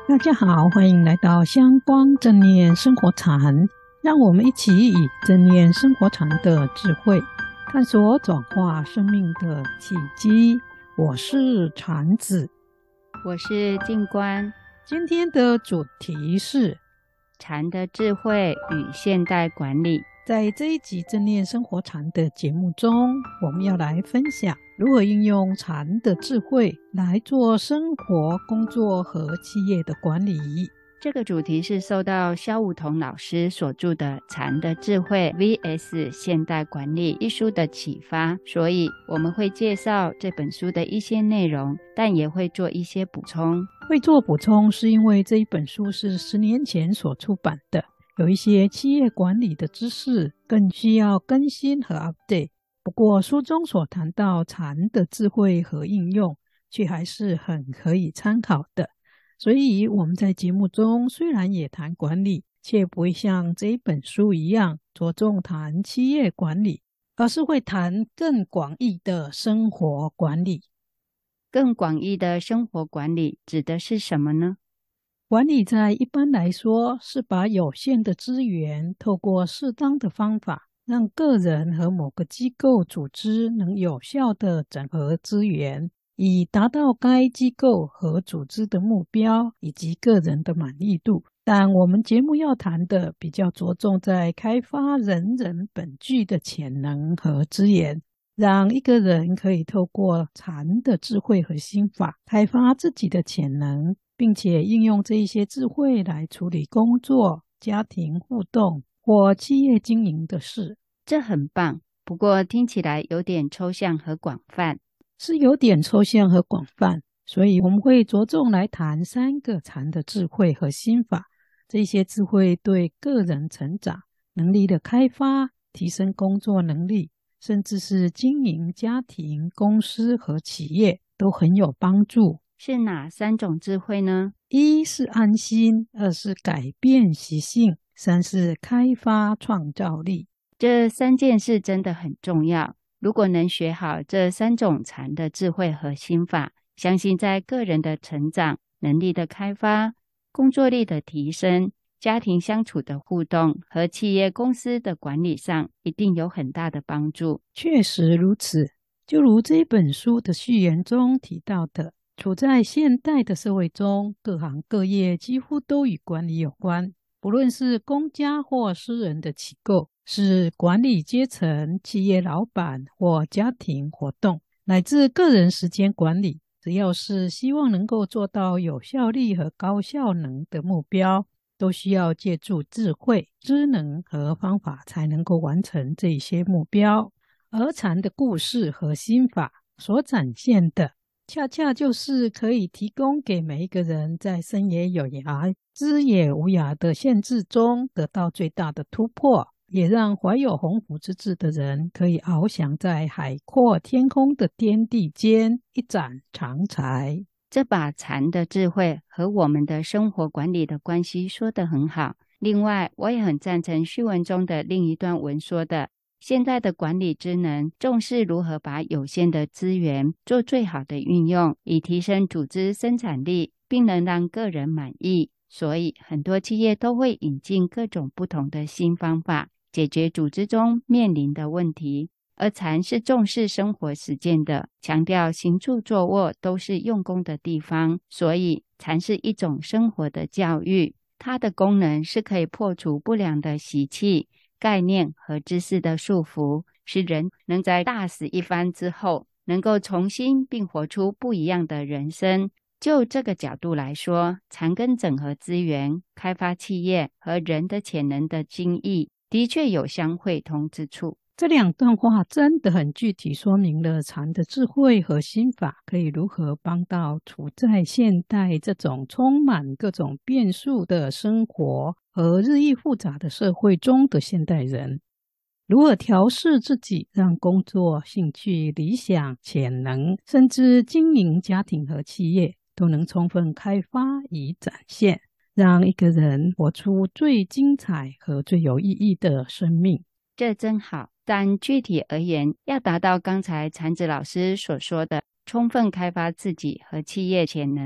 大家好，欢迎来到香光正念生活禅，让我们一起以正念生活禅的智慧，探索转化生命的契机。我是禅子， 我是静观。 今天的主题是禅的智慧与现代管理。 在这一集正念生活禅的节目中，我们要来分享如何应用禅的智慧来做生活、工作和企业的管理。 这个主题是受到萧武同老师所著的《禅的智慧 vs 现代管理》一书的启发，所以我们会介绍这本书的一些内容，但也会做一些补充。 会做补充是因为这一本书是10年前所出版的，有一些企业管理的知识更需要更新和 update。不过书中所谈到禅的智慧和应用，却还是很可以参考的。所以我们在节目中虽然也谈管理，却不会像这一本书一样着重谈企业管理，而是会谈更广义的生活管理。 更广义的生活管理指的是什么呢？ 管理在一般来说是把有限的资源透过适当的方法，让个人和某个机构组织能有效地整合资源，以达到该机构和组织的目标以及个人的满意度。但我们节目要谈的比较着重在开发人人本具的潜能和资源，让一个人可以透过禅的智慧和心法开发自己的潜能，并且应用这一些智慧来处理工作、家庭互动或企业经营的事。 这很棒，不过听起来有点抽象和广泛。 是有点抽象和广泛，所以我们会着重来谈3个禅的智慧和心法。这些智慧对个人成长、能力的开发、提升工作能力，甚至是经营家庭、公司和企业都很有帮助。 是哪3种智慧呢 ？1是安心，2是改变习性，3是开发创造力。 这3件事真的很重要。如果能学好这3种禅的智慧和心法，相信在个人的成长、能力的开发、工作力的提升、家庭相处的互动和企业公司的管理上，一定有很大的帮助。 确实如此，就如这本书的序言中提到的，处在现代的社会中，各行各业几乎都与管理有关，不论是公家或私人的机构，是管理阶层、企业老板或家庭活动，乃至个人时间管理，只要是希望能够做到有效率和高效能的目标，都需要借助智慧、知能和方法才能够完成这些目标。而禅的故事和心法所展现的，恰恰就是可以提供给每一个人在生也有涯、知也无涯的限制中得到最大的突破，也让怀有鸿鹄之志的人可以翱翔在海阔天空的天地间，一展长才。 这把禅的智慧和我们的生活管理的关系说得很好。另外，我也很赞成序文中的另一段文说的，现在的管理职能重视如何把有限的资源做最好的运用，以提升组织生产力，并能让个人满意。所以很多企业都会引进各种不同的新方法，解决组织中面临的问题。而禅是重视生活实践的，强调行住坐卧都是用功的地方，所以禅是一种生活的教育。它的功能是可以破除不良的习气、概念和知识的束缚，使人能在大死一番之后，能够重新并活出不一样的人生。就这个角度来说，禅跟整合资源、开发企业和人的潜能的精义，的确有相会通之处。 这2段话真的很具体说明了禅的智慧和心法可以如何帮到处在现代这种充满各种变数的生活和日益复杂的社会中的现代人，如何调试自己，让工作、兴趣、理想、潜能，甚至经营家庭和企业都能充分开发与展现，让一个人活出最精彩和最有意义的生命。 这真好，但具体而言，要达到刚才禅子老师所说的充分开发自己和企业潜能，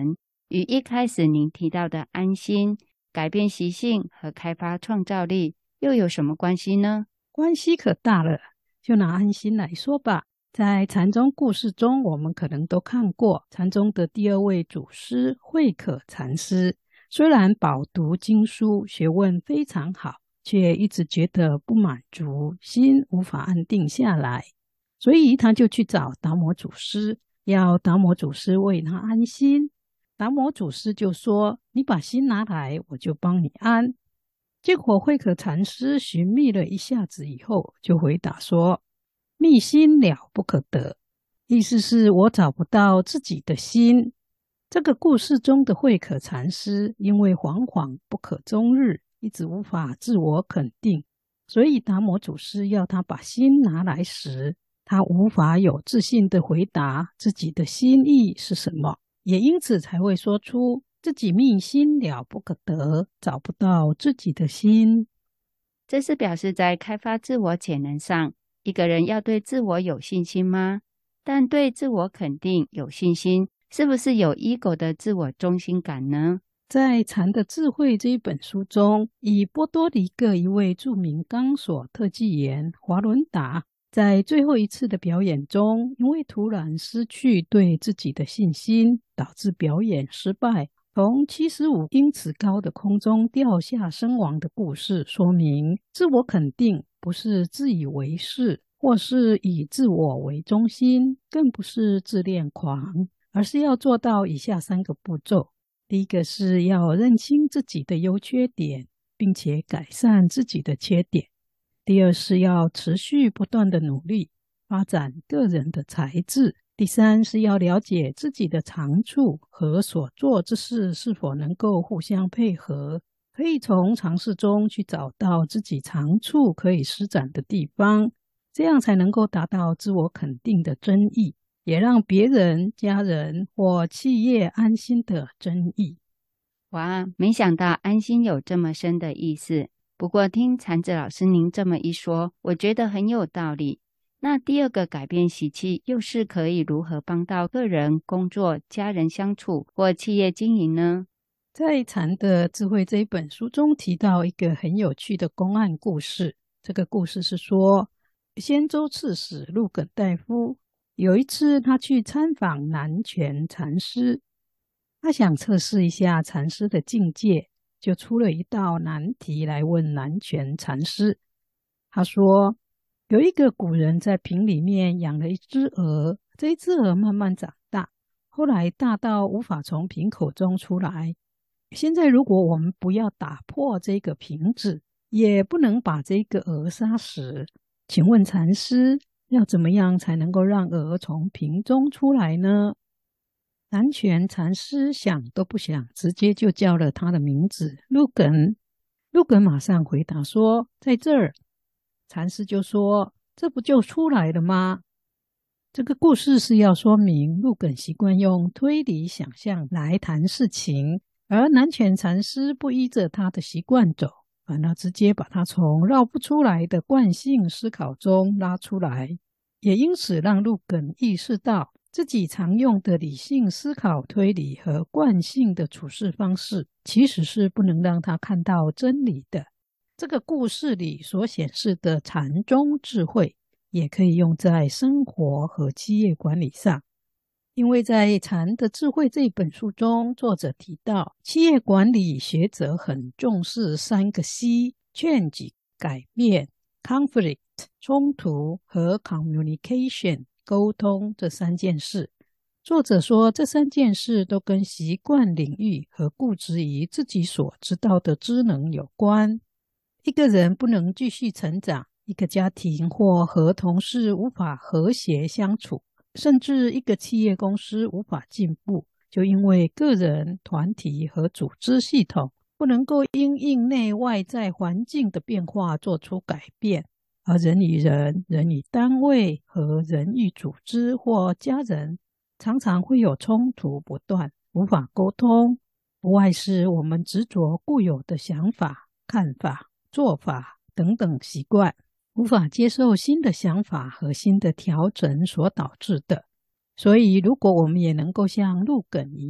与一开始您提到的安心、改变习性和开发创造力又有什么关系呢？ 关系可大了。就拿安心来说吧，在禅宗故事中，我们可能都看过禅宗的第二位祖师慧可禅师，虽然饱读经书，学问非常好，却一直觉得不满足，心无法安定下来，所以他就去找达摩祖师，要达摩祖师为他安心。达摩祖师就说：你把心拿来，我就帮你安。结果慧可禅师寻觅了一下子以后，就回答说：觅心了不可得，意思是我找不到自己的心。这个故事中的慧可禅师因为惶惶不可终日，一直无法自我肯定，所以达摩祖师要他把心拿来时，他无法有自信地回答自己的心意是什么，也因此才会说出自己觅心了不可得，找不到自己的心。 这是表示在开发自我潜能上，一个人要对自我有信心吗？但对自我肯定有信心，是不是有 ego 的自我中心感呢？ 在《禅的智慧》这一本书中，以波多黎各一位著名钢索特技员华伦达，在最后一次的表演中，因为突然失去对自己的信心，导致表演失败，从75英尺高的空中掉下身亡的故事，说明自我肯定不是自以为是，或是以自我为中心，更不是自恋狂，而是要做到以下3个步骤。第一个是要认清自己的优缺点，并且改善自己的缺点。第二是要持续不断的努力，发展个人的才智。第三是要了解自己的长处和所做之事是否能够互相配合，可以从尝试中去找到自己长处可以施展的地方，这样才能够达到自我肯定的真意，也让别人、家人或企业安心的真意。 哇，没想到安心有这么深的意思。不过听禅子老师您这么一说，我觉得很有道理。那第二个改变习气，又是可以如何帮到个人、工作、家人相处或企业经营呢？ 在《禅的智慧》这一本书中提到一个很有趣的公案故事。这个故事是说，仙州刺史陆耿大夫有一次他去参访南泉禅师，他想测试一下禅师的境界，就出了一道难题来问南泉禅师。他说，有一个古人在瓶里面养了一只鹅，这一只鹅慢慢长大，后来大到无法从瓶口中出来。现在如果我们不要打破这个瓶子，也不能把这个鹅杀死，请问禅师要怎么样才能够让鹅从瓶中出来呢？南泉禅师想都不想，直接就叫了他的名字陆耿。陆耿马上回答说，在这儿。禅师就说，这不就出来了吗？这个故事是要说明陆耿习惯用推理想象来谈事情，而南泉禅师不依着他的习惯走，反而直接把他从绕不出来的惯性思考中拉出来，也因此让陆耿意识到自己常用的理性思考推理和惯性的处事方式，其实是不能让他看到真理的。这个故事里所显示的禅宗智慧，也可以用在生活和企业管理上。因为在《禅的智慧》这本书中，作者提到，企业管理学者很重视3个 C：change 改变、conflict 冲突和 communication 沟通这3件事。作者说，这3件事都跟习惯领域和固执于自己所知道的知能有关。一个人不能继续成长，一个家庭或和同事无法和谐相处，甚至一个企业公司无法进步，就因为个人、团体和组织系统不能够因应内外在环境的变化做出改变，而人与人、人与单位和人与组织或家人常常会有冲突不断，无法沟通，不外是我们执着固有的想法、看法、做法等等习惯，无法接受新的想法和新的调整所导致的。所以如果我们也能够像陆耿一样，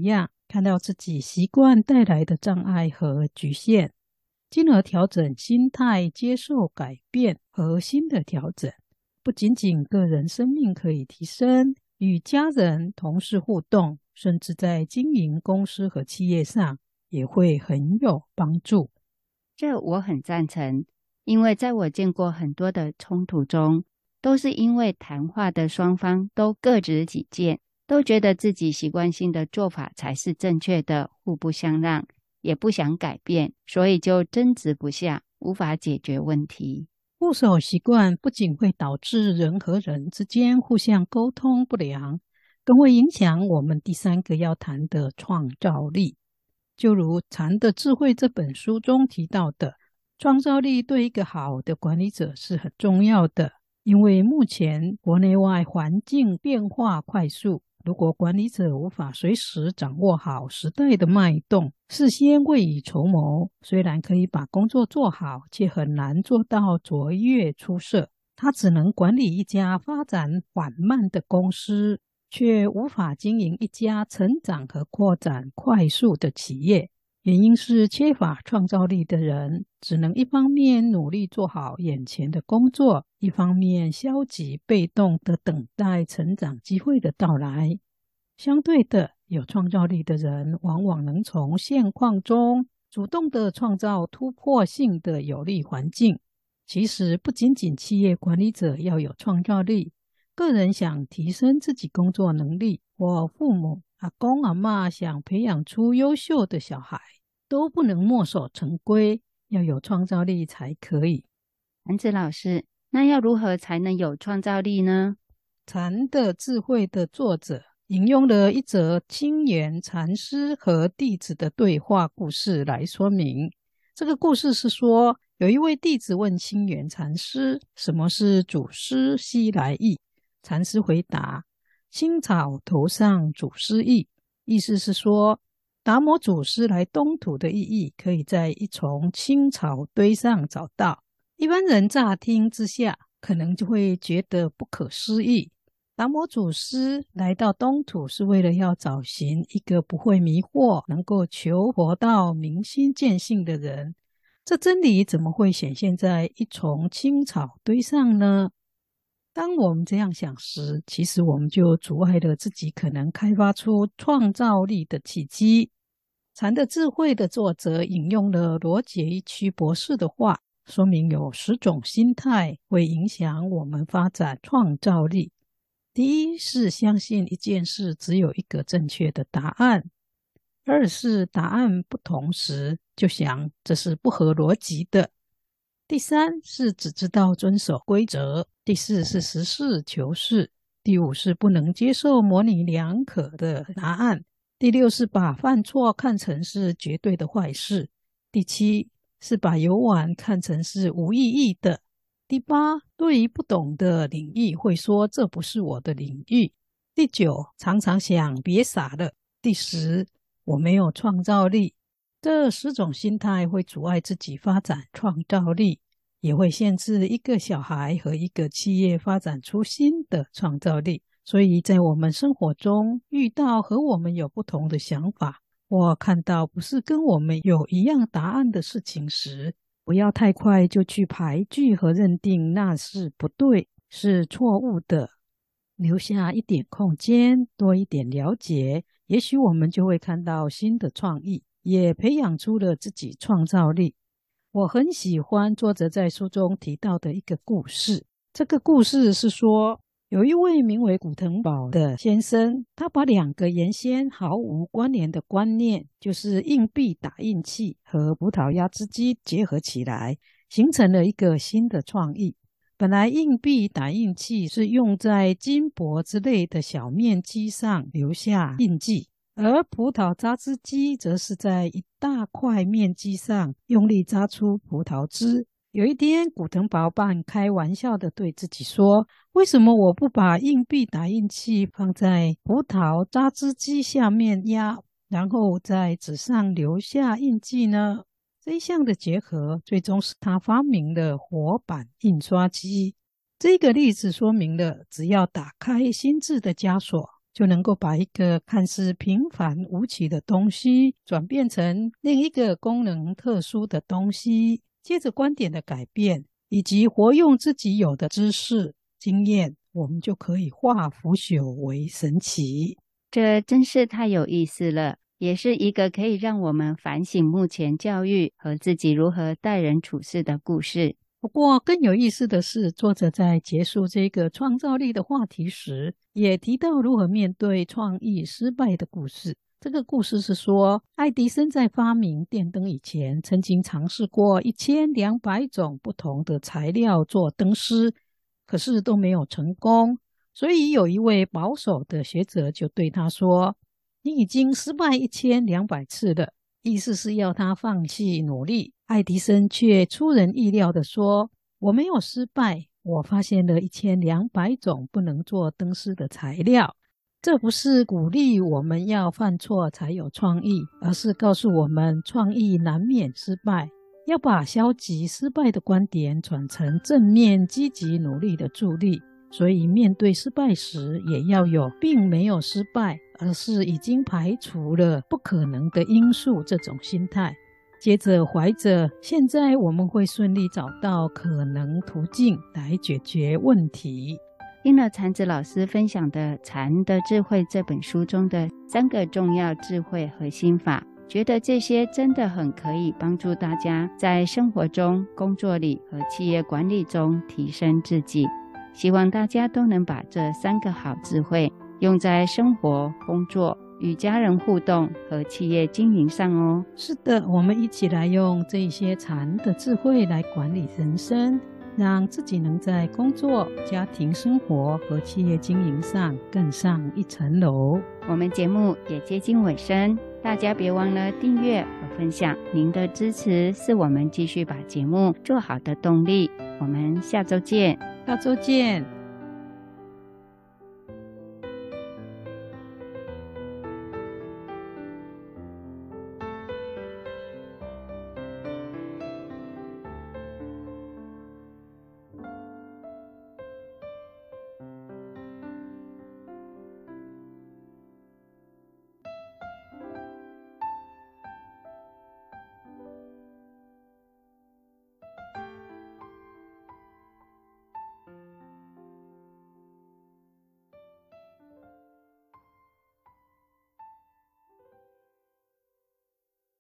看到自己习惯带来的障碍和局限，进而调整心态，接受改变和新的调整。不仅仅个人生命可以提升，与家人、同事互动，甚至在经营公司和企业上也会很有帮助。 这我很赞成，因为在我见过很多的冲突中，都是因为谈话的双方都各执己见，都觉得自己习惯性的做法才是正确的，互不相让，也不想改变，所以就争执不下，无法解决问题。 固守习惯不仅会导致人和人之间互相沟通不良，更会影响我们第三个要谈的创造力。就如《禅的智慧》这本书中提到的，创造力对一个好的管理者是很重要的，因为目前国内外环境变化快速，如果管理者无法随时掌握好时代的脉动，事先未雨绸缪，虽然可以把工作做好，却很难做到卓越出色。他只能管理一家发展缓慢的公司，却无法经营一家成长和扩展快速的企业。原因是缺乏创造力的人，只能一方面努力做好眼前的工作，一方面消极被动地等待成长机会的到来。相对的，有创造力的人往往能从现况中主动地创造突破性的有利环境。其实不仅仅企业管理者要有创造力，个人想提升自己工作能力，或父母、阿公阿嬷想培养出优秀的小孩，都不能墨守成规，要有创造力才可以。 韩子老师，那要如何才能有创造力呢？ 禅的智慧的作者引用了一则清源禅师和弟子的对话故事来说明。这个故事是说，有一位弟子问清源禅师，什么是祖师西来意？禅师回答，青草头上祖师意。意思是说，达摩祖师来东土的意义，可以在一丛青草堆上找到。一般人乍听之下，可能就会觉得不可思议。达摩祖师来到东土是为了要找寻一个不会迷惑，能够求佛道明心见性的人，这真理怎么会显现在一丛青草堆上呢？当我们这样想时，其实我们就阻碍了自己可能开发出创造力的契机。禅的智慧的作者引用了罗杰一区博士的话，说明有10种心态会影响我们发展创造力。第一是相信一件事只有一个正确的答案。2是答案不同时就想这是不合逻辑的。第3是只知道遵守规则。第4是实事求是。第5是不能接受模棱两可的答案。第6是把犯错看成是绝对的坏事。第7是把游玩看成是无意义的。第8，对于不懂的领域会说这不是我的领域。第9，常常想别傻了。第10，我没有创造力。这10种心态会阻碍自己发展创造力，也会限制一个小孩和一个企业发展出新的创造力。所以在我们生活中遇到和我们有不同的想法，或看到不是跟我们有一样答案的事情时，不要太快就去排拒和认定那是不对，是错误的。留下一点空间，多一点了解，也许我们就会看到新的创意，也培养出了自己创造力。我很喜欢作者在书中提到的一个故事，这个故事是说，有一位名为古腾堡的先生，他把2个原先毫无关联的观念，就是硬币打印器和葡萄压汁机结合起来，形成了一个新的创意。本来硬币打印器是用在金箔之类的小面积上留下印记，而葡萄榨汁机则是在一大块面积上用力榨出葡萄汁。有一天，古腾堡半开玩笑地对自己说，为什么我不把硬币打印器放在葡萄榨汁机下面压，然后在纸上留下印记呢？这一项的结合最终使他发明了活版印刷机。这个例子说明了，只要打开心智的枷锁， 就能够把一个看似平凡无奇的东西转变成另一个功能特殊的东西。接着观点的改变以及活用自己有的知识经验，我们就可以化腐朽为神奇。 这真是太有意思了，也是一个可以让我们反省目前教育和自己如何待人处事的故事。 不过更有意思的是，作者在结束这个创造力的话题时，也提到如何面对创意失败的故事。这个故事是说，爱迪生在发明电灯以前，曾经尝试过1200种不同的材料做灯丝，可是都没有成功。所以有一位保守的学者就对他说，你已经失败1200次了，意思是要他放弃努力。爱迪生却出人意料地说，我没有失败，我发现了1200种不能做灯丝的材料。这不是鼓励我们要犯错才有创意，而是告诉我们创意难免失败，要把消极失败的观点转成正面积极努力的助力。所以面对失败时，也要有并没有失败，而是已经排除了不可能的因素这种心态。接着怀着现在我们会顺利找到可能途径来解决问题。 听了禅子老师分享的《禅的智慧》这本书中的3个重要智慧和心法，觉得这些真的很可以帮助大家在生活中、工作里和企业管理中提升自己。希望大家都能把这3个好智慧用在生活、工作、与家人互动和企业经营上哦。 是的，我们一起来用这些禅的智慧来管理人生，让自己能在工作、家庭生活和企业经营上更上一层楼。 我们节目也接近尾声，大家别忘了订阅和分享，您的支持是我们继续把节目做好的动力。我们下周见。 下周见。